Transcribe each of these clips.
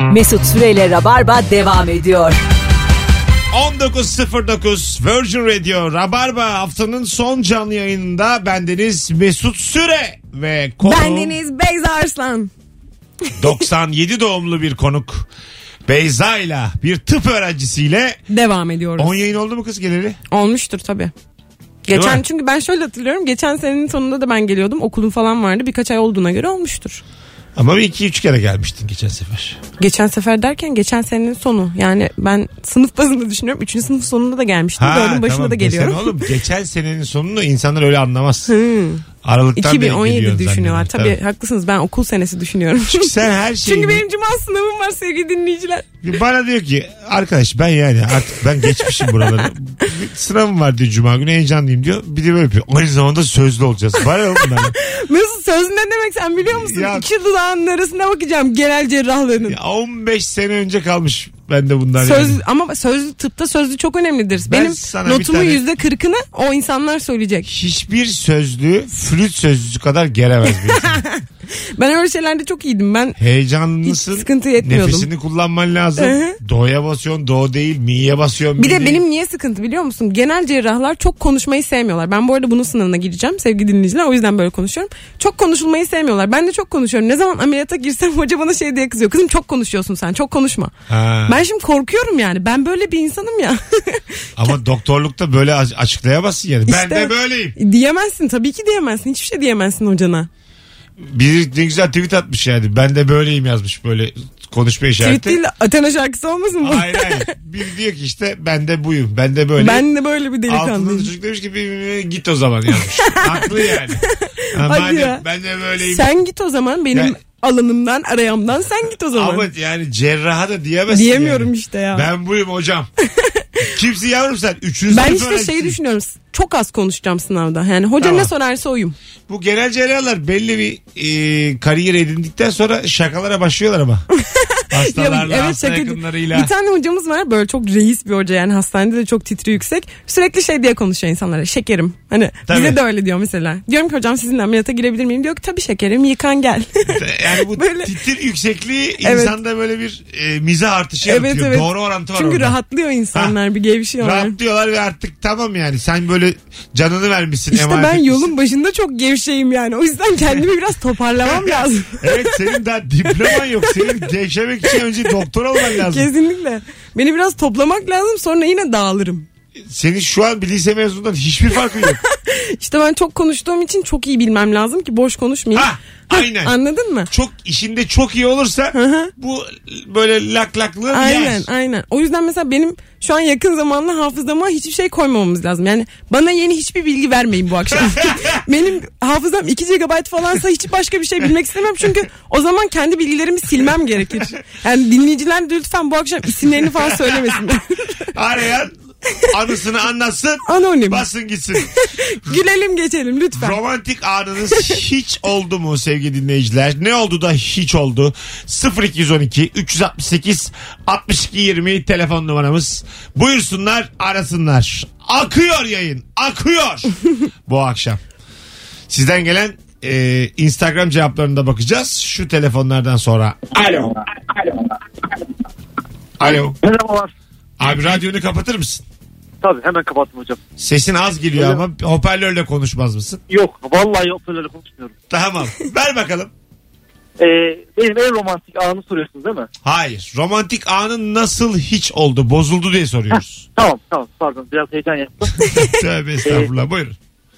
Mesut Süreyle Rabarba devam ediyor. 19.09 Virgin Radio Rabarba haftanın son canlı yayınında bendeniz Mesut Süre ve konuk Bendeniz Beyza Arslan. 97 doğumlu bir konuk Beyza ile bir tıp öğrencisiyle Devam ediyoruz. 10 yayın oldu mu kız geleli? Olmuştur tabii. Geçen, çünkü ben şöyle hatırlıyorum. Geçen senenin sonunda da ben geliyordum. Okulum falan vardı. Birkaç ay olduğuna göre olmuştur. Ama bir 2-3 kere gelmiştin geçen sefer. Geçen sefer derken geçen senenin sonu. Yani ben sınıf bazında düşünüyorum. 3. sınıf sonunda da gelmiştim. 4'ün başında tamam, da geliyorum. Oğlum, geçen senenin sonunu insanlar öyle anlamaz. Aralıktan 2017 düşünüyorlar. Tabii haklısınız, ben okul senesi düşünüyorum. Çünkü sen her şeyi... Çünkü benim cuma sınavım var sevgili dinleyiciler. Bana diyor ki arkadaş ben yani artık ben geçmişim buraları. Sınavım var diyor cuma günü, heyecanlıyım diyor. Bir de böyle yapıyor. Aynı zamanda sözlü olacağız. Bana yok bunlar. Nasıl söz ne demek sen biliyor musun? Ya, 2 dudağının arasına bakacağım genel cerrahlığının. 15 sene önce kalmış bende bunlar. Söz, yani. ama sözlü, tıpta sözlü çok önemlidir. Benim notumun %40'ını o insanlar söyleyecek. Hiçbir sözlü flüt sözlüsü kadar geremez bir insan. Ben öyle şeylerde çok iyiydim. Ben heyecanlısın. hiç sıkıntı etmiyordum. Nefesini kullanman lazım. Hı-hı. Do'ya basıyorsun, do değil, mi'ye basıyorsun. Bir de benim niye sıkıntı biliyor musun? Genel cerrahlar çok konuşmayı sevmiyorlar. Ben bu arada bunun sınavına gireceğim sevgili dinleyiciler. O yüzden böyle konuşuyorum. Çok konuşulmayı sevmiyorlar. Ben de çok konuşuyorum. Ne zaman ameliyata girsem hoca bana şey diye kızıyor. Kızım çok konuşuyorsun sen. Çok konuşma. Ha. Ben şimdi korkuyorum yani. Ben böyle bir insanım ya. Ama doktorlukta böyle açıklayamazsın yani. İşte, ben de böyleyim. Diyemezsin. Tabii ki diyemezsin. Hiçbir şey diyemezsin hocana. Bir ne güzel tweet atmış yani. Ben de böyleyim yazmış böyle konuşma işareti. Tweet değil de Athena şarkısı olmasın bu? Hayır. Biri diyor ki işte ben de buyum. Ben de böyle. Ben de böyle bir delikanlıyım. Altında çocuk demiş ki git o zaman yazmış. Haklı yani. Hadi ya. Ben de böyleyim. Sen git o zaman benim alanımdan arayamdan sen git o zaman. Ama yani cerraha da diyemezsin. Diyemiyorum yani. işte ya. Ben buyum hocam. Kimsin yavrum sen? 3. Ben işte şeyi düşünüyorum. Çok az konuşacağım sınavda. Yani hoca tamam. ne sorarsa oyum. Bu genel cerrahlar belli bir kariyer edindikten sonra şakalara başlıyorlar ama. Hastalarla, hasta yakınlarıyla. Bir tane hocamız var böyle çok reis bir hoca, yani hastanede de çok titri yüksek. Sürekli şey diye konuşuyor insanlara. Şekerim. Hani tabii. Bize de öyle diyor mesela. Diyorum ki hocam sizinle ameliyata girebilir miyim? Diyor ki tabii şekerim, yıkan gel. Yani bu böyle titir yüksekliği insanda böyle bir mizah artışı yaratıyor. Evet. Doğru orantı var. Çünkü orada. Rahatlıyor insanlar, bir gevşiyorlar. Rahatlıyorlar ve artık tamam yani sen böyle canını vermişsin. İşte ben yolun başında çok gevşeyim yani. O yüzden kendimi biraz toparlamam lazım. Evet, senin daha diploman yok. Senin gevşemek için önce doktor olman lazım. Kesinlikle. Beni biraz toplamak lazım, sonra yine dağılırım. Senin şu an bir lise mezunundan hiçbir farkın yok. İşte ben çok konuştuğum için çok iyi bilmem lazım ki boş konuşmayayım. Aynen. Anladın mı? Çok işinde çok iyi olursa bu böyle laklaklığı yer. Aynen. O yüzden mesela benim şu an yakın zamanla hafızama hiçbir şey koymamamız lazım. Yani bana yeni hiçbir bilgi vermeyin bu akşam. Benim hafızam 2 GB falansa hiç başka bir şey bilmek istemem. Çünkü o zaman kendi bilgilerimi silmem gerekir. Yani dinleyiciler de lütfen bu akşam isimlerini falan söylemesinler. Arayan anısını anlatsın. Anonim. Basın gitsin. Gülelim geçelim lütfen. Romantik anınız hiç oldu mu sevgili dinleyiciler? Ne oldu da hiç oldu? 0212 368 62 20 telefon numaramız. Buyursunlar, arasınlar. Akıyor yayın. Akıyor. Bu akşam. Sizden gelen Instagram cevaplarına bakacağız. Şu telefonlardan sonra. Alo. Merhabalar. Abi radyonu kapatır mısın? Tabii hemen kapattım hocam. Sesin az geliyor ama hoparlörle konuşmaz mısın? Yok, vallahi hoparlörle konuşmuyorum. Tamam. Ver bakalım. Benim en romantik anı soruyorsunuz değil mi? Hayır. Romantik anın nasıl hiç oldu? Bozuldu diye soruyoruz. Tamam. Pardon, biraz heyecan yaptım. Tövbe estağfurullah. Buyurun.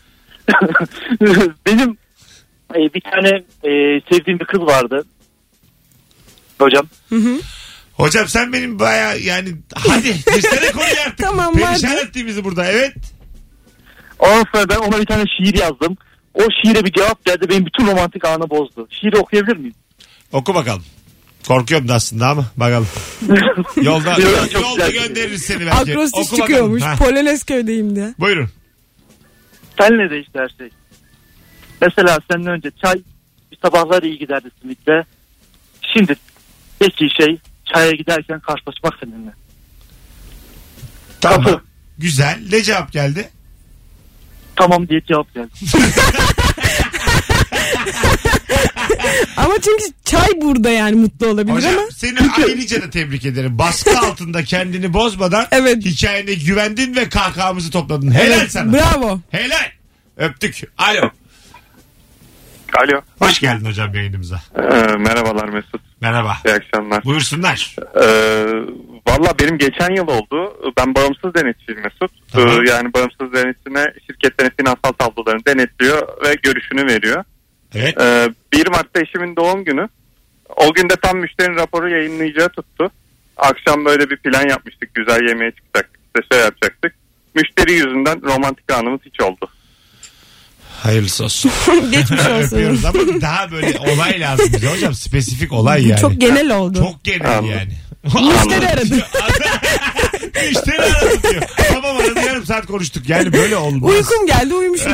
Benim bir tane sevdiğim bir kız vardı. Hocam. Hocam sen benim baya yani hadi girsene konuya artık. Tamam, perişan ettiğimizi burada, evet. Ondan sonra ben ona bir tane şiir yazdım. O şiire bir cevap geldi, benim bütün romantik anı bozdu. Şiiri okuyabilir miyim? Oku bakalım. Korkuyorum da aslında ama bakalım. Yolda göndeririz seni bence. Akrostiş çıkıyormuş. Polonezköy'deyim diye. Buyurun. Senle değişti her şey. Mesela senden önce çay, bir sabahlar iyi giderdi simitle. Şimdi tek iyi şey çaya giderken karşılaşmak seninle. Tamam. Kapı. Güzel. Ne cevap geldi? Tamam diye cevap geldi. Ama çünkü çay burada yani mutlu olabilir Hocam ama. seni ayrıca da tebrik ederim. Baskı altında kendini bozmadan Evet. hikayene güvendin ve kahkahamızı topladın. Helal Evet, sana. bravo. Helal. Öptük. Alo. Alo. Hoş geldin hocam yayınımıza. Merhabalar Mesut. Merhaba. İyi akşamlar. Buyursunlar. Valla benim geçen yıl oldu. Ben bağımsız denetçiyim Mesut. Tamam. Yani bağımsız denetçine şirketlerin finansal tablolarını denetliyor ve görüşünü veriyor. Evet. 1 Mart'ta eşimin doğum günü. O gün de tam müşterinin raporu yayınlayacağı tuttu. Akşam böyle bir plan yapmıştık. Güzel yemeğe çıkacaktık. İşte şey yapacaktık. Müşteri yüzünden romantik anımız hiç oldu. Hayırlısı olsun. Geçmiş olsun. Öpüyoruz ama daha böyle olay lazım bize hocam. Spesifik olay yani. Çok genel oldu. Çok genel Anladım. yani. Müşteri aradı. Müşteri aradı diyor. Babam aradı, yarım saat konuştuk. Yani böyle olmaz. Uykum geldi, uyumuşum.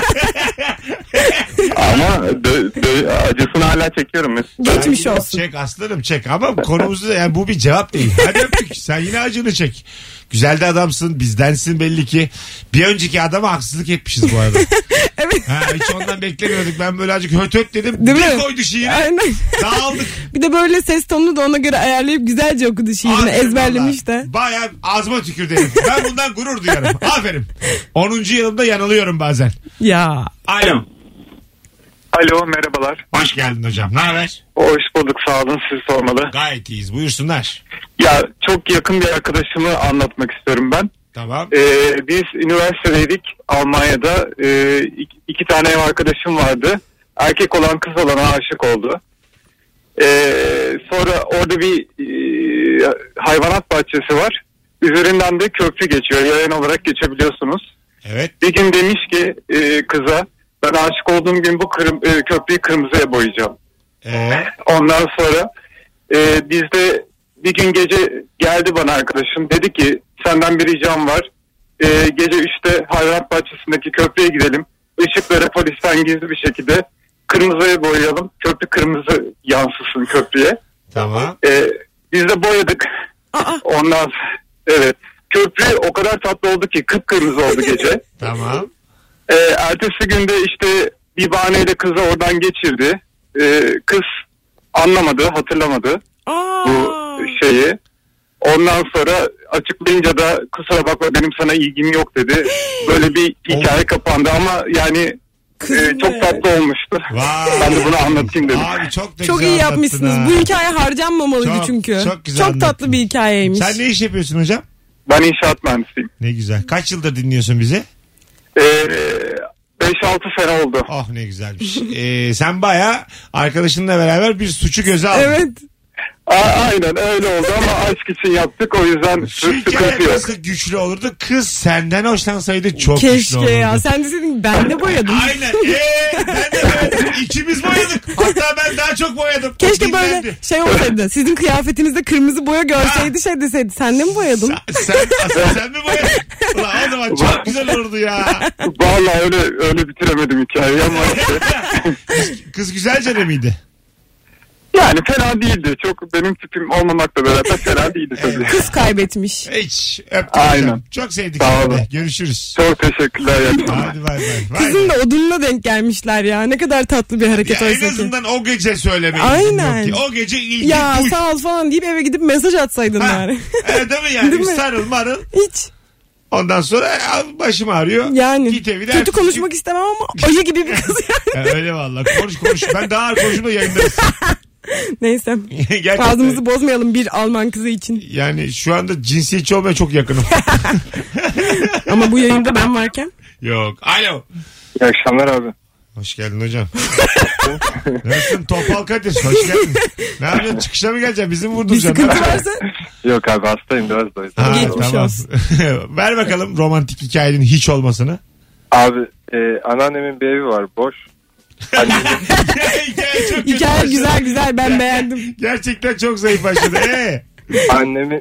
Ama acısını hala çekiyorum Mesut. Geçmiş olsun. Çek aslanım çek ama konumuzda yani bu bir cevap değil. Hadi öptük. Sen yine acını çek. Güzel de adamsın, bizdensin belli ki. Bir önceki adama haksızlık etmişiz bu arada. Evet. Hiç ondan beklemiyorduk. Ben böyle azıcık höt höt dedim. Değil bir mi? koydu şiiri. Aynen. Dağıldık. Bir de böyle ses tonunu da ona göre ayarlayıp güzelce okudu şiirini. Aferin Ezberlemiş valla. de. Bayağı ağzıma tükürdü herif. Ben bundan gurur duyarım. Aferin. 10. yılımda yanılıyorum bazen. Ya. Alo. Alo merhabalar. Hoş geldin hocam. Ne haber? Hoş bulduk, sağ olun, sizi sormalı. Gayet iyiyiz. Buyursunlar. Ya çok yakın bir arkadaşımı anlatmak istiyorum ben. Tamam. Biz üniversitedeydik Almanya'da. İki tane ev arkadaşım vardı. Erkek olan kız olana aşık oldu. Sonra orada bir hayvanat bahçesi var. Üzerinden de köprü geçiyor. Yayan olarak geçebiliyorsunuz. Evet. Bir gün demiş ki kıza, ben aşık olduğum gün bu köprüyü kırmızıya boyayacağım. Ondan sonra biz de bir gün gece geldi bana arkadaşım. Dedi ki senden bir ricam var. Gece 3'te hayvanat bahçesindeki köprüye gidelim. Işıkları polisten gizli bir şekilde kırmızıya boyayalım. Köprü kırmızı yansısın köprüye. Tamam. Biz de boyadık. Ondan evet. Köprü o kadar tatlı oldu ki kıpkırmızı oldu gece. Tamam. Ertesi günde işte bir bahaneyle kızı oradan geçirdi. Kız anlamadı, hatırlamadı bu şeyi. Ondan sonra açıklayınca da kusura bakma benim sana ilgim yok dedi. Böyle bir hikaye kapandı ama yani çok tatlı olmuştu. Vay. Ben de bunu anlatayım dedim. Abi çok da Çok güzel iyi yapmışsınız. anlattın ha. Bu hikaye harcanmamalıydı Çok, çünkü. çok güzel Çok tatlı anlattın. bir hikayeymiş. Sen ne iş yapıyorsun hocam? Ben inşaat mühendisiyim. Ne güzel. Kaç yıldır dinliyorsun bizi? 5-6 sene oldu. Oh ne güzelmiş. Sen baya arkadaşınla beraber bir suçu göze aldın. Evet. Aynen öyle oldu ama aşk için yaptık, o yüzden Şu hikaye sıkıntı yok. nasıl güçlü olurdu? Kız senden hoşlansaydı çok güçlü Keşke olurdu. ya. Sen deseydin ben de boyadım. Aynen. Ben de boyadım. İkimiz boyadık. Hatta ben daha çok boyadım. Keşke Dinlendi. böyle şey olsaydı. Sizin kıyafetinizde kırmızı boya görseydi şey deseydi. Sen de mi boyadın? Sen mi boyadın? Ulan o zaman çok güzel olurdu ya. Vallahi öyle bitiremedim hikayeyi ama işte. Kız güzelce de miydi? Yani fena değildi. Çok benim tipim olmamakla beraber fena değildi tabii. Kız kaybetmiş. Hiç. Öptük Aynen. hocam. Çok sevdik Sağ seni de. olun. Görüşürüz. Çok teşekkürler. Hadi bay bay. Kızın da odununa denk gelmişler ya. Ne kadar tatlı bir hareket Ya en oysa ki. azından o gece söylemeyi. Aynen. O gece ilgi Ya duy. sağ ol falan deyip eve gidip mesaj atsaydın Ha. bari. Değil mi yani? Değil Bir mi? sarıl marıl. Hiç. Ondan sonra başım ağrıyor. Yani. Git evine. Kötü konuşmak istemem ama ayı gibi bir kız yani. Öyle valla. Konuş. Ben daha ağır konuşma yayındayız. Neyse. Gerçekten. Ağzımızı bozmayalım bir Alman kızı için. Yani şu anda cinsiyetçi olmaya çok yakınım. Ama bu yayında ben varken. Yok. Alo. İyi akşamlar abi. Hoş geldin hocam. Nasılsın Topal Kadir? Hoş geldin. Ne yapıyorsun? Çıkışa mı geleceksin? Bizim Bir vurduracaksın. sıkıntı varsa Yok abi hastayım biraz da o yüzden. Ha, Geçmiş tamam. olsun. Ver bakalım romantik hikayenin hiç olmasını. Abi anneannemin bir evi var boş. Hikaye çok kötü hikaye başladı. güzel ben beğendim. Gerçekten çok zayıf başladı. Annem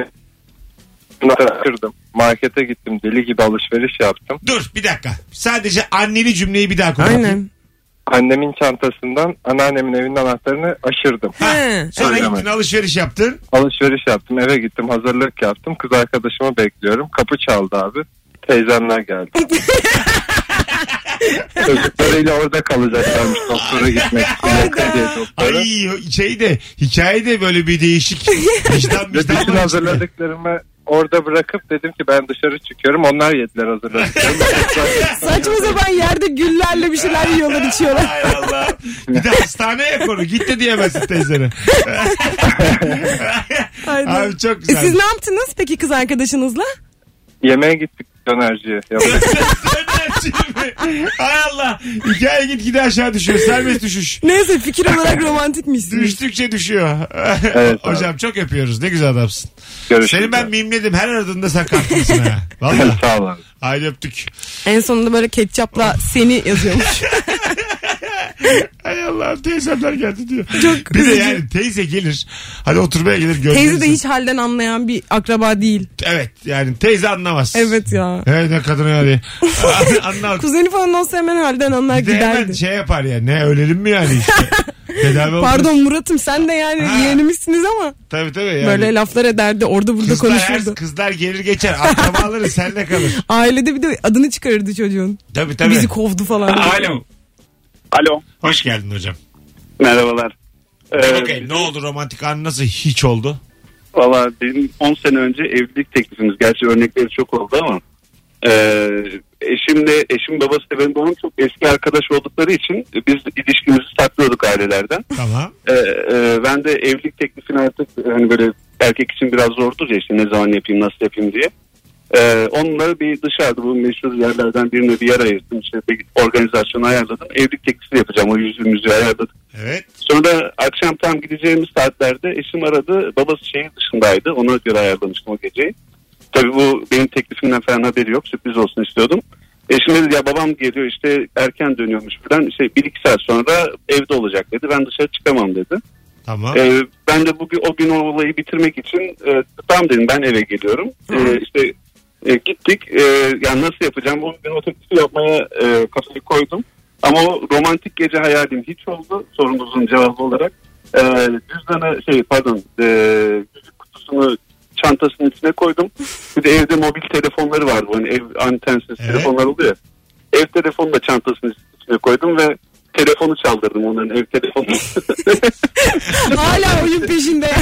kırdım. Markete gittim, deli gibi alışveriş yaptım. Dur bir dakika. Sadece anneli cümleyi bir daha kur. Aynen. Annemin çantasından anneannemin evinin anahtarını aşırdım. He. Sonra Öyle gittin mi? alışveriş yaptın. Alışveriş yaptım, eve gittim, hazırlık yaptım. Kız arkadaşımı bekliyorum. Kapı çaldı abi. Teyzemler geldi. Çocuklarıyla orada kalacaklarmış doktora gitmek için. Yakın diye doktora. Ay hikaye de böyle bir değişik. Bütün hazırladıklarımı orada bırakıp dedim ki ben dışarı çıkıyorum. Onlar yediler hazırladıklarımı. Saçma sapan yerde güllerle bir şeyler yiyorlar, içiyorlar. Hay Allah. Bir de hastaneye koru. Git de diyemezsin teyzene. Abi çok güzel. Siz ne yaptınız peki kız arkadaşınızla? Yemeğe gittik dönerciye. Dönerci mi? Hay Allah. Hikaye gitgide aşağı düşüyor. Serbest düşüş. Neyse, fikir olarak romantikmişsiniz. Düştükçe düşüyor. Evet, hocam çok öpüyoruz. Ne güzel adamsın. Görüşürüz. Seni ben mimledim. Her aradığında sen kalktın ha. Vallahi. Sağ olun. Haydi öptük. En sonunda böyle ketçapla seni yazıyormuş. Hay Allah, teyzemler geldi diyor. Çok bir de üzücü. yani teyze gelir. Hadi oturmaya gelir. Teyze de hiç halden anlayan bir akraba değil. Evet yani teyze anlamaz. Evet ya. Evet, ne kadın ya diye. Anlamaz. Kuzeni falan olsa hemen halden anlar, Bir de hemen giderdi. şey yapar ya. Ne ölelim mi yani işte. Tedavi olmaz. Pardon Murat'ım, sen de yani yeğenimizsiniz ama. Tabii yani. Böyle laflar ederdi, orada burada konuşurdu. Kızlar gelir geçer. Akrabaları senle kalır. Ailede bir de adını çıkarırdı çocuğun. Tabii. Bizi kovdu falan. Alo. Hoş geldin hocam. Merhabalar. Bakayım ne oldu, romantik an nasıl hiç oldu? Valla benim 10 sene önce evlilik teklifimiz. Gerçi örnekleri çok oldu ama. Eşim babası da benim babam çok eski arkadaş oldukları için biz ilişkimizi saklıyorduk ailelerden. Tamam. Ben de evlilik teklifini artık hani böyle erkek için biraz zordur ya, işte ne zaman yapayım nasıl yapayım diye. Onunla bir dışarıda bu meşhur yerlerden birine bir yer ayırdım. İşte bir organizasyonu ayarladım. Evlilik teklifi yapacağım. O yüzüğümüzü ayarladık. Evet. Sonra akşam tam gideceğimiz saatlerde eşim aradı. Babası şehir dışındaydı. Ona göre ayarlamıştım o geceyi. Tabii bu benim teklifimden falan haberi yok. Sürpriz olsun istiyordum. Eşim dedi ya babam geliyor işte erken dönüyormuş falan. İşte 1-2 saat sonra evde olacak dedi. Ben dışarı çıkamam dedi. Tamam. Ben de o gün o olayı bitirmek için tamam dedim, ben eve geliyorum. Gittik. Yani nasıl yapacağım? O gün o teklifi yapmaya kafayı koydum. Ama o romantik gece hayalim hiç oldu. Sorunuzun cevabı olarak. Yüzük kutusunu çantasının içine koydum. Bir de evde mobil telefonları vardı. Hani ev antensiz telefonlar oluyor. Ev telefonunu da çantasının içine koydum ve telefonu çaldırdım, onların ev telefonu. Hala oyun peşinde.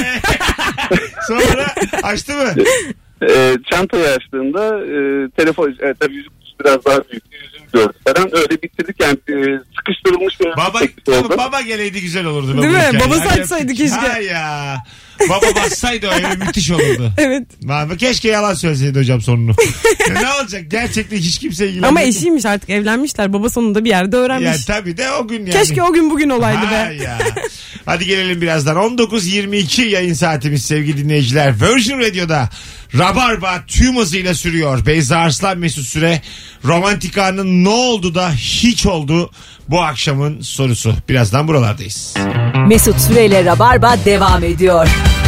Sonra açtı mı? Çantayı açtığında telefon tabii yüzük biraz daha büyük, yüzüğü gördü falan, öyle bitirdik yani, sıkıştırılmış bir teklif oldu. Baba geleydi güzel olurdu. Değil mi? Yani. Babası açsaydı keşke. Ha ya. Baba bassaydı öyle müthiş olurdu. Evet. Keşke yalan söyleseydi hocam sonunu. Ne olacak? Gerçekten hiç kimse ilgilenmiyor. Ama eşiymiş, artık evlenmişler. Baba sonunda bir yerde öğrenmiş. Yani tabii de o gün yani. Keşke o gün bugün olaydı be. Ya. Hadi gelelim birazdan. 19.22 yayın saatimiz sevgili dinleyiciler. Virgin Radio'da Rabarba tüm hızıyla sürüyor. Beyza Arslan, Mesut Süre. Romantik anın ne oldu da hiç oldu bu akşamın sorusu. Birazdan buralardayız. Mesut Süreyle Rabarba devam ediyor.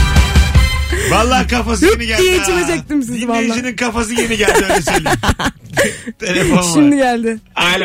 Vallahi kafası yeni geldi. diye içilecektim sizi vallahi. Dinleyicinin kafası yeni geldi, öyle söyleyeyim. Telefon var. Şimdi geldi.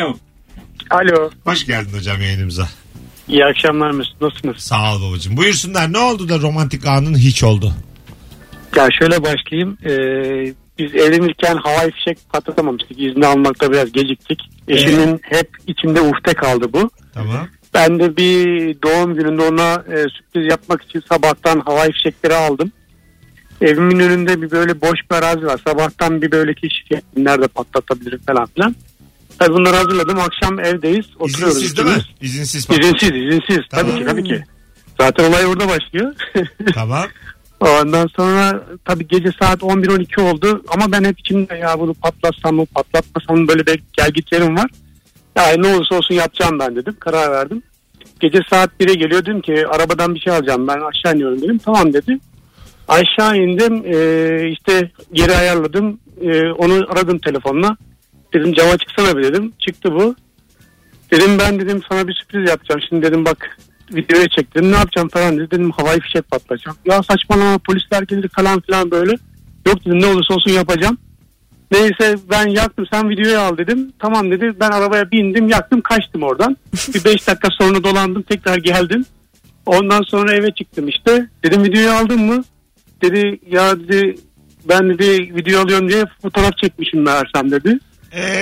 Alo. Hoş geldin hocam yayınımıza. İyi akşamlar Mesut. Nasılsınız? Sağ ol babacığım. Buyursunlar, ne oldu da romantik anın hiç oldu? Ya şöyle başlayayım. Biz evlenirken havai fişek patlatamamıştık. İzni almakta biraz geciktik. Eşimin hep içinde uhde kaldı bu. Tamam. Ben de bir doğum gününde ona sürpriz yapmak için sabahtan havai fişekleri aldım. Evimin önünde bir böyle boş bir arazi var. Sabahtan bir böyle keşif yaptım. Nerede patlatabilirim falan filan. Tabii bunları hazırladım. Akşam evdeyiz. Oturuyoruz. İzinsiz değil mi? İzinsiz. İzinsiz. Tamam. Tabii ki. Zaten olay orada başlıyor. Tamam. Ondan sonra tabii gece saat 11-12 oldu. Ama ben hep içimde ya bunu patlatsam mı patlatmasam mı, böyle bir gelgitlerim var. Ya ne olursa olsun yapacağım ben dedim. Karar verdim. Gece saat 1'e geliyor. Dedim ki arabadan bir şey alacağım. Ben aşağı iniyorum dedim. Tamam dedi. Aşağı indim. İşte geri ayarladım. Onu aradım telefonla. Dedim cama çıksana bir dedim. Çıktı bu. Dedim ben dedim sana bir sürpriz yapacağım. Şimdi dedim bak videoya çektim. Ne yapacağım falan dedi. Dedim havai fişek patlatacağım. Ya saçmalama, polisler gelir falan filan böyle. Yok dedim, ne olursa olsun yapacağım. Neyse ben yaktım, sen videoyu al dedim. Tamam dedi, ben arabaya bindim, yaktım, kaçtım oradan. Bir 5 dakika sonra dolandım, tekrar geldim. Ondan sonra eve çıktım işte. Dedim videoyu aldın mı? Dedi ya dedi ben dedi video alıyorum diye fotoğraf çekmişim meğersem dedi.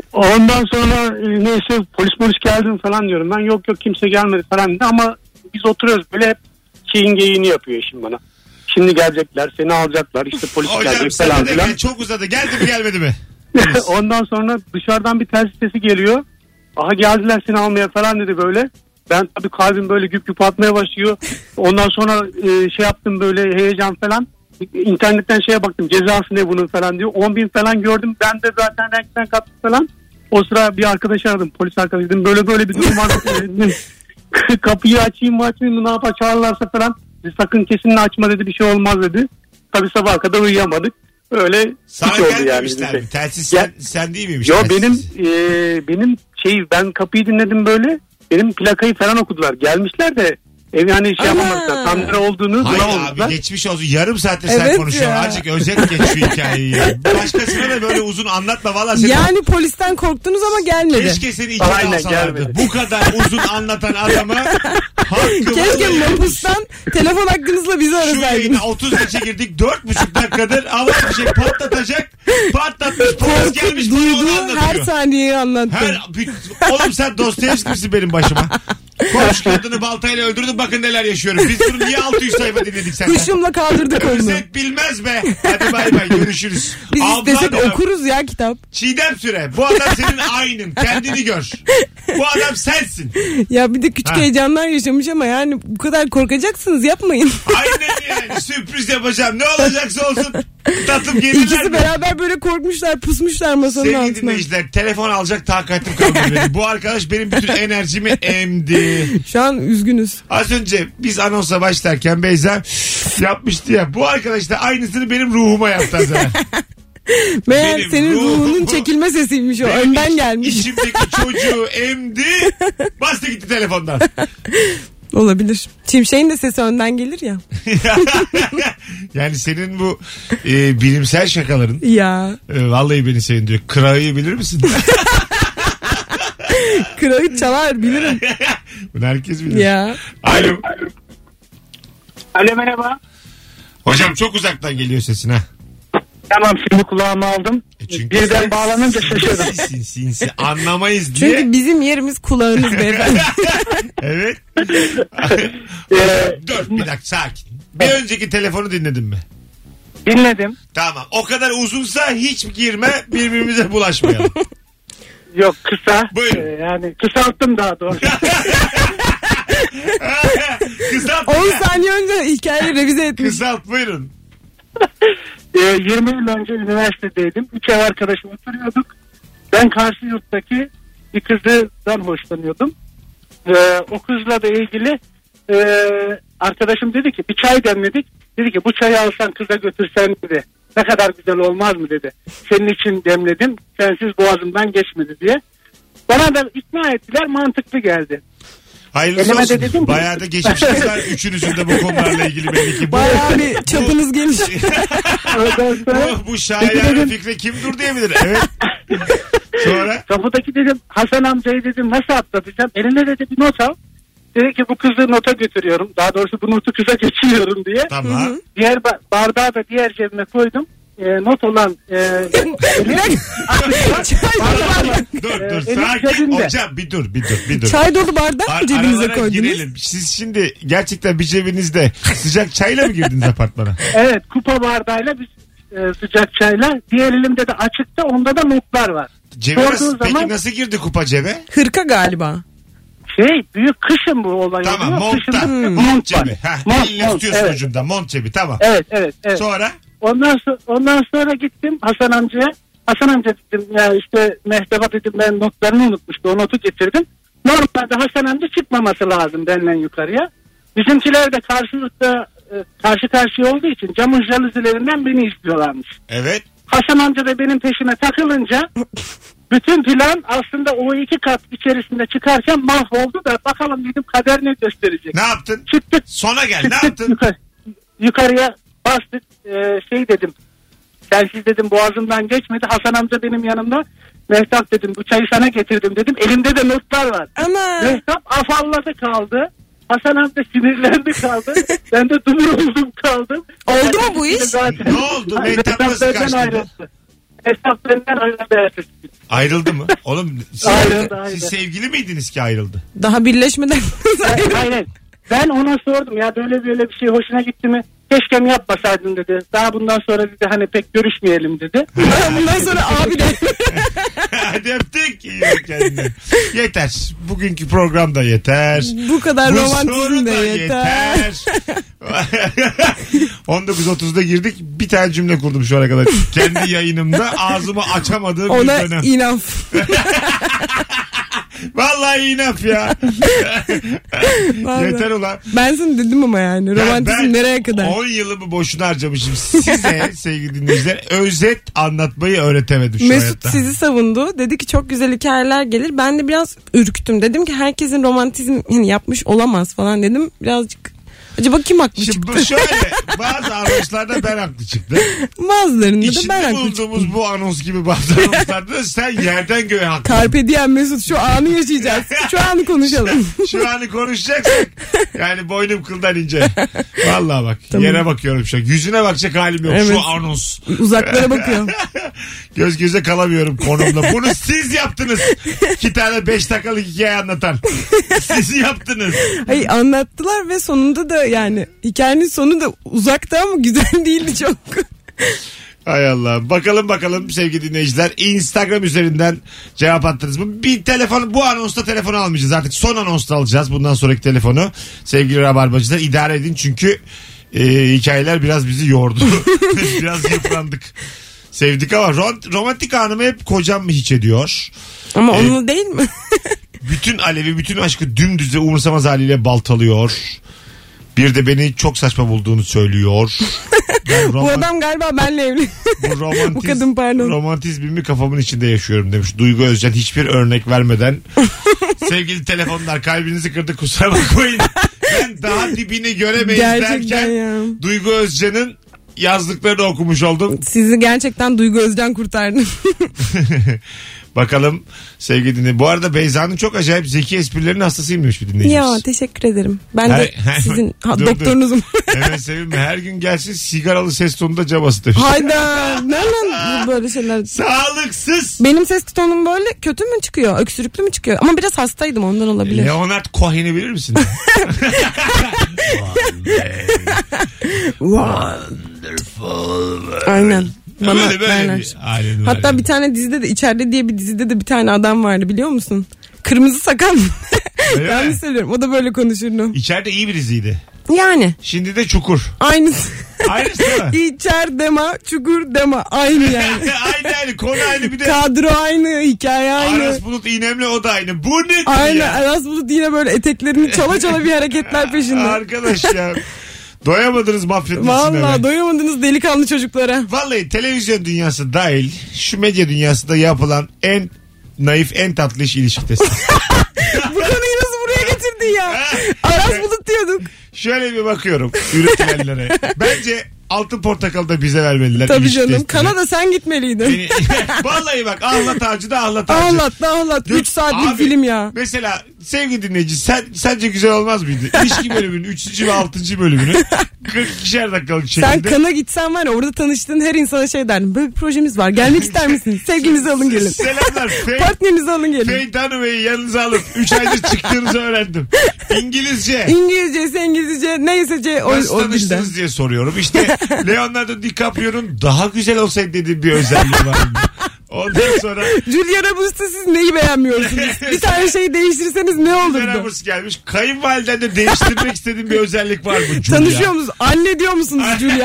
Ondan sonra neyse polis geldi mi falan diyorum. Ben yok kimse gelmedi falan dedi ama biz oturuyoruz böyle hep şeyin geyiğini yapıyor eşim bana. Şimdi gelecekler seni alacaklar işte polis gelecek falan filan. Çok uzadı, geldi mi gelmedi mi? Ondan sonra dışarıdan bir telsiz sesi geliyor. Aha geldiler seni almaya falan dedi böyle. Ben tabii kalbim böyle güp güp atmaya başlıyor. Ondan sonra şey yaptım böyle heyecan falan. İnternetten şeye baktım cezası ne bunun falan diyor. 10.000 falan gördüm. Ben de zaten renkten kattım falan. O sıra bir arkadaş aradım. Polis arkadaş dedim. Böyle bir durum var. Kapıyı açayım mı ne yapar çağırırlarsa falan. Sakın kesinlikle açma dedi bir şey olmaz dedi. Tabii sabaha kadar uyuyamadık. Öyle sana hiç oldu yani. Telsiz sen değil miymiş? Yo benim ben kapıyı dinledim böyle. Benim plakayı falan okudular. Gelmişler de yani şey yapamadılar. Tam ne olduğunu bulamadılar. Hayır abi geçmiş olsun. Yarım saattir sen konuşuyorsun. Azıcık özet geç şu hikayeyi. Başkasına da böyle uzun anlatma. Vallahi yani polisten korktunuz ama gelmedi. Keşke seni içeri alsalardı. Bu kadar uzun anlatan adama hakkı keşke mapustan telefon hakkınızla bizi arasaydınız. Şu yayına 30 geçe girdik. 4,5 dakikadır ama bir şey patlatacak. Patlatmış. Polis gelmiş. Duyduğu her saniyeyi anlattı. Oğlum sen Dostoyevski'sin benim başıma. Konuş kadını baltayla öldürdün bakın neler yaşıyorum. Biz bunu niye 600 sayfa dinledik senden? Kuşumla kaldırdık onu. Özet bilmez be. Hadi bay bay görüşürüz. Biz istesek okuruz ya kitap. Çiğdem Süre. Bu adam senin aynın. Kendini gör. Bu adam sensin. Ya bir de küçük heyecanlar yaşamış ama yani bu kadar korkacaksınız yapmayın. Aynen yani sürpriz yapacağım. Ne olacaksa olsun. Tatlım gelirler. İkisi beraber böyle korkmuşlar pusmuşlar masanın altına. Sevgili dinleyiciler telefon alacak takatim kalmadı benim. Bu arkadaş benim bütün enerjimi emdi. Şu an üzgünüz. Az önce biz anonsa başlarken Beyza yapmıştı ya. Bu arkadaş da aynısını benim ruhuma yaptı az evvel. Meğer senin ruhunun çekilme sesiymiş o. Önden gelmiş. İçimdeki çocuğu emdi. Bastı gitti telefondan. Olabilir. Şimşek'in de sesi önden gelir ya. Yani senin bu bilimsel şakaların. Ya. Vallahi beni sevindiriyor. Kırağıyı bilir misin? Kırağı çalar bilirim. Bunu herkes bilir. Ya. Alo. Alo merhaba. Hocam çok uzaktan geliyor sesin ha. Tamam şimdi kulağıma aldım. Birden bağlanınca şaşırdım. Sinsi anlamayız diye. Çünkü bizim yerimiz kulağınız beyefendi. Evet. Dur bir dakika sakin. Bir önceki telefonu dinledin mi? Dinledim. Tamam. O kadar uzunsa hiç girme birbirimize bulaşmayalım. Yok kısa. Buyurun. Yani kısalttım daha doğrusu. Kısalt. 10 saniye önce hikayeyi revize etmiş. Kısalt buyurun. 20 yıl önce üniversitedeydim. 3 ev arkadaşım oturuyorduk. Ben karşı yurttaki bir kızdan hoşlanıyordum. O kızla da ilgili arkadaşım dedi ki bir çay demledik. Dedi ki bu çayı alsan kıza götürsen dedi. Ne kadar güzel olmaz mı dedi. Senin için demledim. Sensiz boğazımdan geçmedi diye. Bana da ikna ettiler. Mantıklı geldi. Hayırlısı olsun. Bayağı da geçmişiniz var. Üçünüzün de bu konularla ilgili belli ki. Bayağı bir çapınız geniş. bu şair fikre kim dur diyebilir. Evet. Sonra? Kapıdaki dedim Hasan amcayı dedim nasıl atlatacağım? Eline dedi bir not al. Dedi ki bu kızı nota götürüyorum. Daha doğrusu bu notu kıza geçiriyorum diye. Tamam. Diğer bardağı da diğer cebime koydum. Not olan dur sakin hocam bir dur. Çay dolu bardak mı cebinize koydunuz? Girelim. Siz şimdi gerçekten bir cebinizde sıcak çayla mı girdiniz apartmana? Evet kupa bardağıyla bir sıcak çayla. Diğer elimde de açıkta onda da notlar var. Cebe peki nasıl girdi kupa cebe? Hırka galiba. Büyük kışın bu olay tamam, oluyor. Tamam mont cebi. Elini tutuyorsun evet. ucunda mont cebi tamam. Evet. Sonra? Ondan sonra gittim Hasan amcaya. Hasan amca dedim ya işte Mehtap'a dedim ben notlarını unutmuştu. O notu getirdim. Normalde Hasan amca çıkmaması lazım benden yukarıya. Bizimkiler de karşı karşıya olduğu için camın jalüzilerinden beni izliyorlarmış. Evet. Hasan amca da benim peşime takılınca bütün plan aslında o 2 kat içerisinde çıkarken mahvoldu da bakalım dedim kader ne gösterecek. Ne yaptın? Çıktık. Sona gel ne yaptın? Yukarıya bastık dedim. Sensiz dedim boğazımdan geçmedi. Hasan amca benim yanımda. Mehtap dedim bu çayı sana getirdim dedim. Elimde de notlar var. Ana. Mehtap afalladı kaldı. Hasan amca sinirlendi kaldı. Ben de dumur oldum kaldım. Oldu mu bu iş? Ne oldu? Mehtap nasıl kaçtı? Esnaf benden ayrıldı. Ayrıldı mı? Oğlum Ayrıldı. siz sevgili miydiniz ki ayrıldı? Daha birleşmeden. Aynen. Ben ona sordum ya böyle bir şey hoşuna gitti mi? Keşke mi yapmasaydın dedi. Daha bundan sonra dedi hani pek görüşmeyelim dedi. Bundan sonra abi de. Hadi öptük. İyi bak kendine. Yeter. Bugünkü program da yeter. Bu kadar Bu romantizm soru de da yeter. 19.30'da girdik. Bir tane cümle kurdum şu ana kadar. Kendi yayınımda ağzımı açamadığım Ona bir dönem. inaf. Vallahi inaf ya. Yeter ulan. Ben sana dedim ama yani romantizm nereye kadar? 10 yılımı boşuna harcamışım. Size sevgili dinleyiciler özet anlatmayı öğretemedim şu Mesut hayatta. sizi savundu. Dedi ki çok güzel hikayeler gelir. Ben de biraz ürktüm. Dedim ki herkesin romantizm hani yapmış olamaz falan dedim. Birazcık acaba kim haklı Şimdi çıktı? bu şöyle bazı anonslarda ben haklı çıktım. Bazılarında da ben İçinde haklı bulunduğumuz çıktım. bu anons gibi bazı anonslarda da sen yerden göğe haklı. Carpe diem Mesut, şu anı yaşayacağız. Şu anı konuşalım. Şu anı konuşacaksak yani boynum kıldan ince. Vallahi bak Tamam. yere bakıyorum şu an. Yüzüne bakacak halim yok. Evet. Şu anons. Uzaklara bakıyor. Göz göze kalamıyorum konumla. Bunu siz yaptınız. 2 tane 5 dakikalık hikaye anlatan. Siz yaptınız. Hayır, anlattılar ve sonunda da yani hikayenin sonu da uzakta ama güzel değildi çok. Hay Allah. Bakalım sevgili dinleyiciler. Instagram üzerinden cevap attınız mı? Bir telefon, bu anonsta telefonu almayacağız. Artık son anonsta alacağız bundan sonraki telefonu. Sevgili Rabarbacılar idare edin çünkü hikayeler biraz bizi yordu. Biraz yıprandık. Sevdik ama romantik anımı hep kocam mı hiç ediyor? Ama onunla değil mi? Bütün alevi, bütün aşkı dümdüz ve umursamaz haliyle baltalıyor. Bir de beni çok saçma bulduğunu söylüyor. Bu adam galiba benle evli. Bu kadın pardon. Romantizmimi kafamın içinde yaşıyorum demiş. Duygu Özcan hiçbir örnek vermeden. Sevgili telefonlar kalbinizi kırdı kusura bakmayın. Ben daha dibini göremeyiz gerçekten derken ya. Duygu Özcan'ın yazdıklarını okumuş oldum. Sizi gerçekten Duygu Özcan kurtardı. Bakalım sevgili dinleyiciler. Bu arada Beyza'nın çok acayip zeki esprilerinin hastasıymış bir dinleyicimiz. Ya teşekkür ederim. Ben de sizin Dur. doktorunuzum. Hemen sevinme. Her gün gelsin sigaralı ses tonunda cabası demiş. Hayda. Nereden böyle şeyler? Sağlıksız. Benim ses tonum böyle kötü mü çıkıyor? Öksürüklü mü çıkıyor? Ama biraz hastaydım ondan olabilir. Leonard Cohen'i bilir misin? Wonderful. Aynen. Bana böyle derler. bir halin var. Hatta bir tane dizide de içeride diye bir dizide de bir tane adam vardı biliyor musun? Kırmızı sakal. Ben mi söylüyorum? O da böyle konuşurdu. İçeride iyi bir diziydi. Yani. Şimdi de Çukur. Aynısı. Aynısı değil mi? İçer dema, çukur dema. Aynı yani. aynı konu aynı bir de. Kadro aynı, hikaye aynı. Aras Bulut İynemli o da aynı. Bu ne Aynen. ya? Aras Bulut yine böyle eteklerini çala çala bir hareketler peşinde. Arkadaş ya. Doyamadınız mafya dizisine. Vallahi doyamadınız delikanlı çocuklara. Vallahi televizyon dünyası dahil şu medya dünyasında yapılan en naif en tatlı iş ilişki testi. Bu konuyu nasıl buraya getirdin ya? Aras Bulut diyorduk. Şöyle bir bakıyorum üretilenlere. Bence Altın Portakal'ı da bize vermeliler. Tabii ilişki canım. testine. Kanada sen gitmeliydin. Vallahi bak ahlat ağacı da ahlat ağacı. Ağlat da ağlat. 3 saatlik Abi, film ya. Mesela sevgili dinleyici sence güzel olmaz mıydı? İlişki bölümünün 3. ve 6. bölümünü 42'şer dakikalık şekilde. Sen Kana gitsen var ya orada tanıştığın her insana şey derdin. Böyle bir projemiz var. Gelmek ister misiniz? Sevginizi alın gelin. Selamlar. Partnerinizi alın gelin. Faye Dunaway'i yanınıza alıp 3 aydır çıktığınızı öğrendim. İngilizce. İngilizce, İngilizce neyse Nasıl o dilde. tanıştınız diye soruyorum. İşte Leonardo DiCaprio'nun daha güzel olsaydı dediğim bir özelliği var. Ondan sonra Julia Roberts'ta siz neyi beğenmiyorsunuz? Bir tane şeyi değiştirseniz ne Julia olurdu? Roberts gelmiş. Kayınvaliden de değiştirmek istediğim bir özellik var mı Julia? Tanışıyor musunuz? Anne diyor musunuz Julia?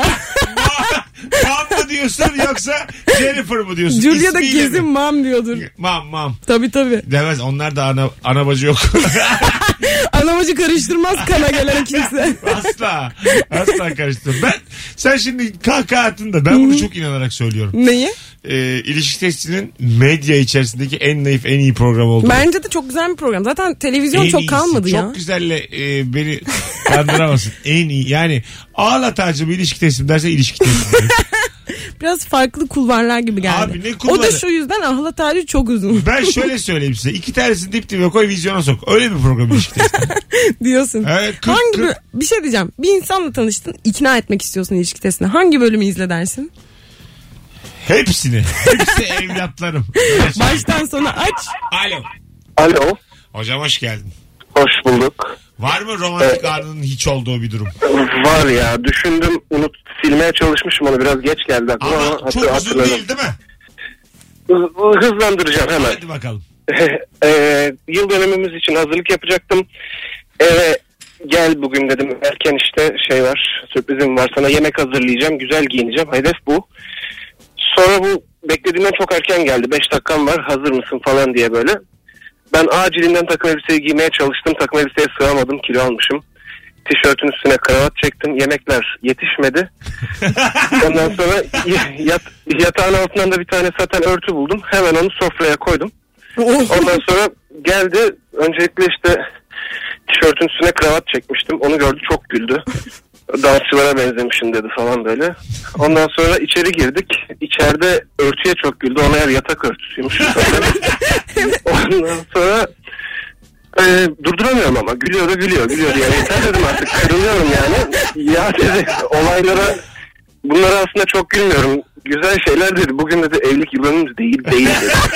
Mom mu diyorsun yoksa Jennifer mı diyorsun? Julia da İsmiyle kesin mi? mam diyordur. Mam. Tabii. Demez onlar da ana bacı yok. Anamacı karıştırmaz Kana gelen kimse. Asla karıştırmam. Sen şimdi kahkaha attın da ben bunu çok inanarak söylüyorum. Neyi? İlişki testinin medya içerisindeki en naif en iyi program oldu. Bence de çok güzel bir program. Zaten televizyon En çok iyisi. kalmadı ya. Çok güzelle beni kandıramazsın. En iyi yani ağlat ağacı bir ilişki testim derse ilişki testim. Biraz farklı kulvarlar gibi geldi. Abi ne kulvarı? O da şu yüzden ahlat ağacı çok uzun. Ben şöyle söyleyeyim size. 2 tanesini dip dibe koy vizyona sok. Öyle bir program ilişki testim. Diyorsun. Evet, Bir şey diyeceğim. Bir insanla tanıştın, ikna etmek istiyorsun ilişki testine. Hangi bölümü izle dersin? Hepsini. Hepsi evlatlarım. Baştan sona aç. Alo. Alo. Hocam hoş geldin. Hoş bulduk. Var mı romantik anının hiç olduğu bir durum? Var ya, düşündüm, silmeye çalışmışım, onu biraz geç geldi aklıma Ama çok uzun değil mi? Hızlandıracağım hemen. Hadi bakalım. Yıl dönümümüz için hazırlık yapacaktım. Eve gel bugün dedim. Erken işte var, sürprizim var, sana yemek hazırlayacağım, güzel giyineceğim. Hedef bu. Sonra bu beklediğimden çok erken geldi. 5 dakikam var, hazır mısın falan diye böyle. Ben acilinden takım elbiseyi giymeye çalıştım. Takım elbiseye sığamadım, kilo almışım. Tişörtün üstüne kravat çektim. Yemekler yetişmedi. Ondan sonra yatağın altından da bir tane saten örtü buldum. Hemen onu sofraya koydum. Ondan sonra geldi. Öncelikle işte tişörtün üstüne kravat çekmiştim. Onu gördü, çok güldü. Dansçılara benzemişim dedi falan böyle. Ondan sonra içeri girdik. İçeride örtüye çok güldü. Ona eğer yatak örtüsüymüş. Ondan sonra durduramıyorum ama gülüyor yani. Yeter dedim, artık kırılıyorum yani. Ya dedi, olaylara, bunlara aslında çok gülmüyorum. Güzel şeyler dedi. Bugün dedi evlilik yıllarımız değil dedi.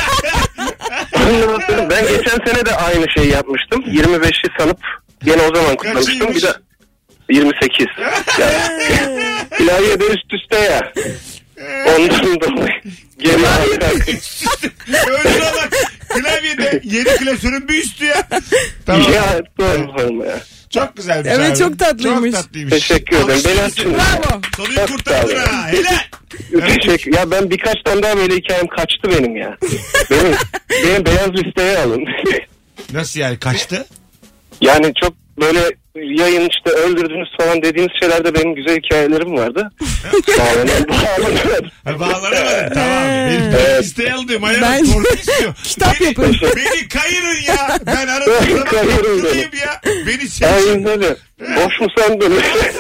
Ben geçen sene de aynı şeyi yapmıştım. 25'i sanıp gene o zaman kutlamıştım. Bir de 28. Klavye de üst üste ya. Ondan dolayı geri Öyle bak. Klavyede 7 klasörün bir üstü ya. Tamam. Ya doğru ya. Çok güzelmiş Evet, abi. çok tatlıymış. Çok tatlıymış. Teşekkür ederim. Beni açın. Bravo. Soruyu kurtardın ha. Helal. Teşekkür. Ya ben birkaç tane daha böyle hikayem kaçtı benim ya. Benim beyaz listeye alın. Nasıl yani, kaçtı? Yani çok böyle yayın işte öldürdünüz falan dediğiniz şeylerde benim güzel hikayelerim vardı. Bağlanamadın. Tamam. Benim listeye aldım. Ben- Ayağım sorun istiyor. Kitap yapın. Beni kayırın ya. Ben arada Kayırın beni. ya. Beni seçin. Aynen öyle. Boş mu sandın?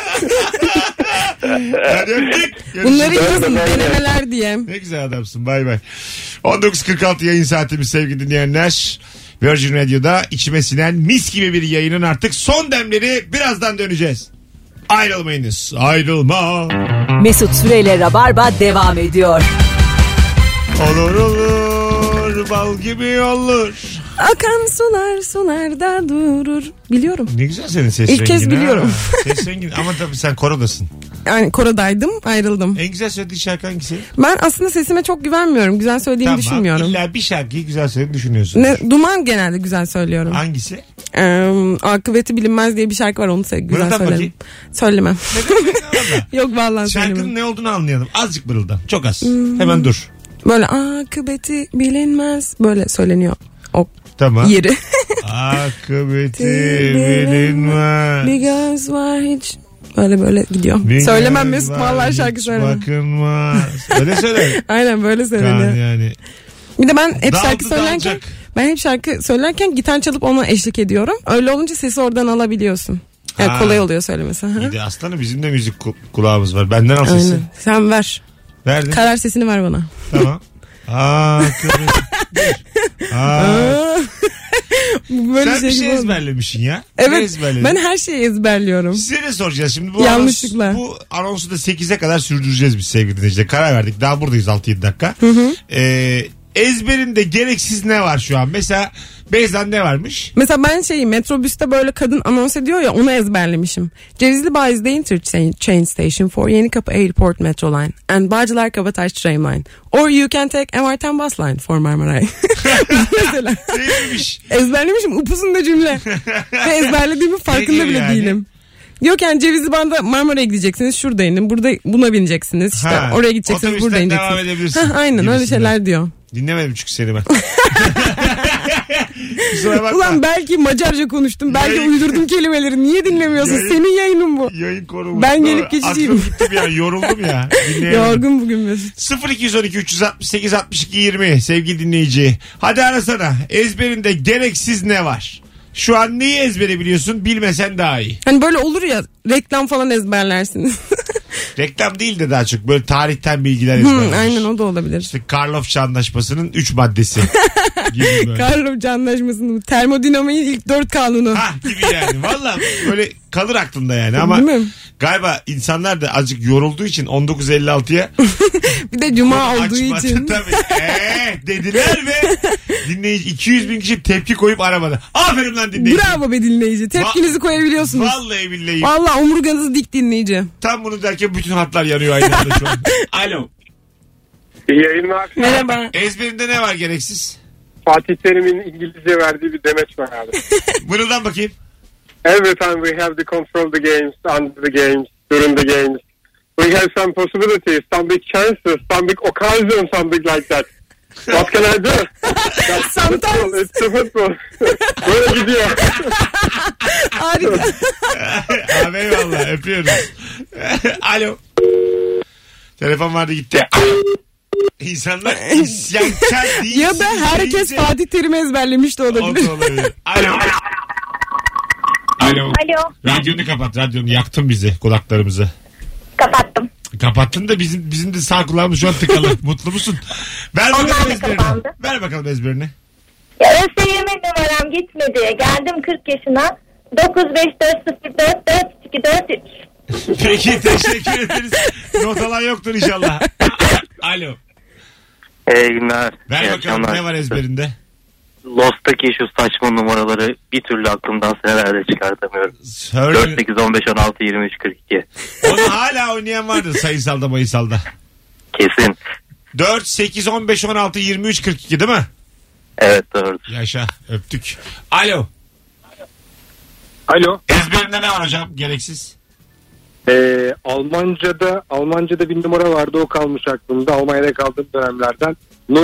Hadi öptük. Bunları Görüşürüz. yazın, Ben- denemeler diye. Ne güzel adamsın. Bay bay. 19.46 yayın saatimiz sevgili dinleyenler. Virgin Radio'da içime sinen mis gibi bir yayının artık son demleri, birazdan döneceğiz. Ayrılmayınız. Ayrılma. Mesut Süreyle Rabarba devam ediyor. Olur bal gibi olur. Akan sularda durur. Biliyorum. Ne güzel senin ses İlk rengin. kez biliyorum. Ses rengin ama tabii sen korodasın. Yani korodaydım, ayrıldım. En güzel söylediğin şarkı hangisi? Ben aslında sesime çok güvenmiyorum. Güzel söylediğimi düşünmüyorum. İlla bir şarkıyı güzel söylediğini düşünüyorsun. Duman genelde güzel söylüyorum. Hangisi? Akıbeti bilinmez diye bir şarkı var, onu güzel Mırıldan söylerim. bakayım. Söylemem. Yok vallahi Şarkının söylemem. ne olduğunu anlayalım. Azıcık mırıldan. Çok az. Hemen dur. Böyle akıbeti bilinmez böyle söyleniyor o Tamam. yeri. Akıbeti bilinmez. Bir göz var hiç böyle gidiyor. Bir Söylemem göz Mesut, var, vallahi hiç şarkı söylemem. bakınmaz. Öyle söyle. Aynen böyle söyleniyor. Yani. Bir de ben hep Daldı, şarkı söylerken dalacak. şarkı söylerken gitar çalıp ona eşlik ediyorum. Öyle olunca sesi oradan alabiliyorsun. Yani Ha. kolay oluyor söylemesi. Hı. İyi de aslanım, bizim de müzik kulağımız var. Benden al sesi. Aynen. Sen ver. Verdin. Karar sesini ver bana. Tamam. Akıbeti. Böyle Sen bir şey gibi oldu. ezberlemişsin ya. Ne Evet, ezberledin? ben her şeyi ezberliyorum. Size de soracağız şimdi. Bu Yanlışlıkla. Bu anonsu da 8'e kadar sürdüreceğiz biz sevgili dinleyiciler. Karar verdik. Daha buradayız 6-7 dakika. Ezberinde gereksiz ne var şu an? Mesela Beyza'nın ne varmış? Mesela ben metrobüste böyle kadın anons ediyor ya, onu ezberlemişim. Cevizli Bağ is the interchange station for Yenikapı Airport Metro Line and Bağcılar Kabataş Tram Line. Or you can take MR10 bus line for Marmaray. Mesela. Neymiş? Ezberlemişim, upuzun da cümle. Ve ezberlediğimin farkında diyor bile yani? değilim. Yok yani Cevizli Bağ'da Marmara'ya gideceksiniz, şurada inin, burada buna bineceksiniz, işte Ha, oraya gideceksiniz, burada otobüsten devam ineceksiniz. edebilirsin Aynen öyle gibisinden. şeyler diyor. Dinlemedim çünkü seni ben. Kusura bakma. Ulan belki Macarca konuştum, belki Yayın- uydurdum kelimeleri, niye dinlemiyorsun? Yayın- Senin yayının bu. Yayın konumuz. Ben gelip Doğru. geçiciyim. Aklım gitti bir an, yoruldum ya. Dinleyemedim. Yorgun bugün Mesut. 0212 368 62 20 sevgili dinleyici. Hadi arasana. Ezberinde gereksiz ne var? Şu an neyi ezbere biliyorsun, bilmesen daha iyi. Hani böyle olur ya, reklam falan ezberlersiniz. Reklam değil de daha çok böyle tarihten bilgiler ezberlenir. Aynen, o da olabilir. İşte Karlofça Anlaşması'nın 3 maddesi. Gibi böyle. Karlofça anlaşmasının termodinamiğin ilk 4 kanunu. Ha gibi yani. Valla böyle kalır aklında yani ama Değil mi? galiba insanlar da azıcık yorulduğu için 19.56'ya Bir de cuma olduğu açmadı için. tabii. Dediler ve dinleyici 200.000 kişi tepki koyup arabada. Aferin lan dinleyici. Bravo be dinleyici. Tepkinizi koyabiliyorsunuz. Vallahi billahi. Vallahi omurganızı dik dinleyici. Tam bunu derken bütün hatlar yanıyor aynı anda şu an. Alo. İyi yayınlar. Merhaba. Ezberinde ne var gereksiz? Fatih Terim'in İngilizce verdiği bir demeç var abi. Mırıldan bakayım. Every time we have to control the games, under the games, during the games, we have some possibilities, some big chances, some big occasions, something like that. What can I do? Sometimes. It's the football. Böyle gidiyor. Harika. Abi eyvallah öpüyoruz. Alo. Telefon vardı gitti. İnsanlar isyankar değil. Ya da herkes Fatih Terim'i ezberlemiş de olabilir. olabilir. Alo. Alo. Alo. Radyonu kapat. Radyonu yaktın bizi kulaklarımızı. Kapattım. Kapattın da bizim de sağ kulağımız şu an tıkalı. Mutlu musun? Ver bakalım Onlar da ezberini. kapandı. Ver bakalım ezberini. Ya ÖSYM numaram gitmedi. Geldim 40 yaşına. 954044243. Peki teşekkür ederiz. Not alan yoktur inşallah. Alo. İyi günler. Ver İyi bakalım akşamlar. ne var ezberinde? Lost'taki şu saçma numaraları bir türlü aklımdan senelerde çıkartamıyorum. 4, 8, 15, 16, 23, 42. Onu hala oynayan vardır sayısalda mayısalda. Kesin. 4, 8, 15, 16, 23, 42 değil mi? Evet doğrudur. Yaşa öptük. Alo. Alo. Ezberinde ne var hocam gereksiz? Almanca'da bir numara vardı, o kalmış aklımda. Almanya'da kaldığım dönemlerden.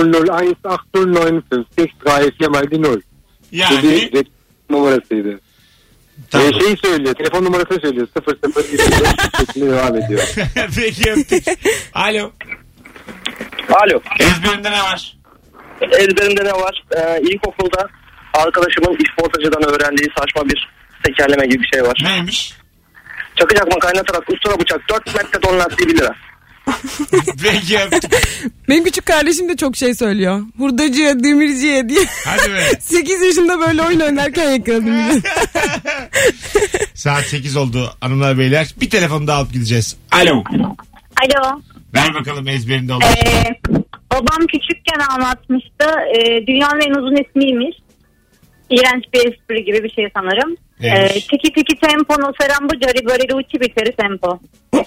001839534 Yani bir reklam numarasıydı. tamam. Şeyi söylüyor, telefon numarasını söylüyor. 0024 şeklinde devam ediyor. Peki öptük. Alo. Alo. Ezberinde ne var? Ezberimde ne var? İlkokulda arkadaşımın işportacıdan öğrendiği saçma bir tekerleme gibi bir şey var. Neymiş? Çakacak mı kaynatarak ustura bıçak 4 metre ton lastiği 1 lira. Peki öptük. Benim küçük kardeşim de çok şey söylüyor. Hurdacıya, demirciye diye. Hadi be. 8 yaşında böyle oyun oynarken yakaladım. Saat 8 oldu hanımlar beyler. Bir telefonu daha alıp gideceğiz. Alo. Alo. Ver bakalım ezberinde olan. Babam küçükken anlatmıştı. Dünyanın en uzun ismiymiş. İğrenç bir espri gibi bir şey sanırım. Tiki tiki tempo no serambo jari bari uçi biteri tempo.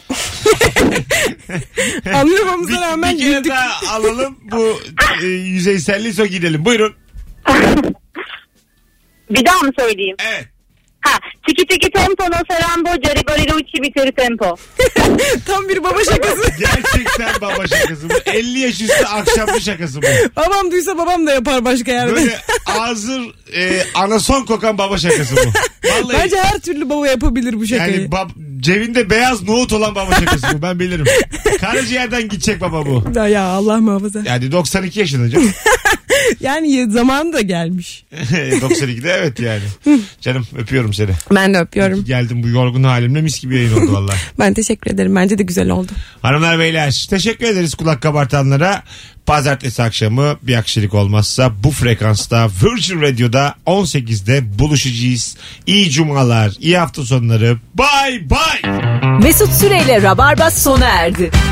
Anlamamıza rağmen bir kere güldük. daha alalım. Bu yüzeyselliği gidelim. Buyurun. Bir daha mı söyleyeyim? Evet. Ha, tiki tiki tempo no serambo jari bari uçi biteri tempo. Tam bir baba şakası. Gerçekten baba şakası bu. 50 yaş üstü akşamlı şakası bu. Babam duysa babam da yapar başka yerde. Böyle ağzı anason kokan baba şakası bu. Vallahi. Bence her türlü baba yapabilir bu şakayı. Yani cebinde beyaz nohut olan baba şakası bu. Ben bilirim. Karaciğerden gidecek baba bu. Da ya Allah muhafaza. Yani 92 yaşında canım. Yani zamanı da gelmiş. 92'de evet yani. Canım öpüyorum seni. Ben de öpüyorum. Geldim bu yorgun halimle mis gibi yayın oldu valla. Ben teşekkür ederim. Bence de güzel oldu. Hanımlar beyler teşekkür ederiz kulak kabartanlara. Pazartesi akşamı bir aksilik olmazsa bu frekansta Virgin Radio'da 18'de buluşacağız. İyi cumalar, iyi hafta sonları. Bye bye. Mesut Süreyle Rabarba sona erdi.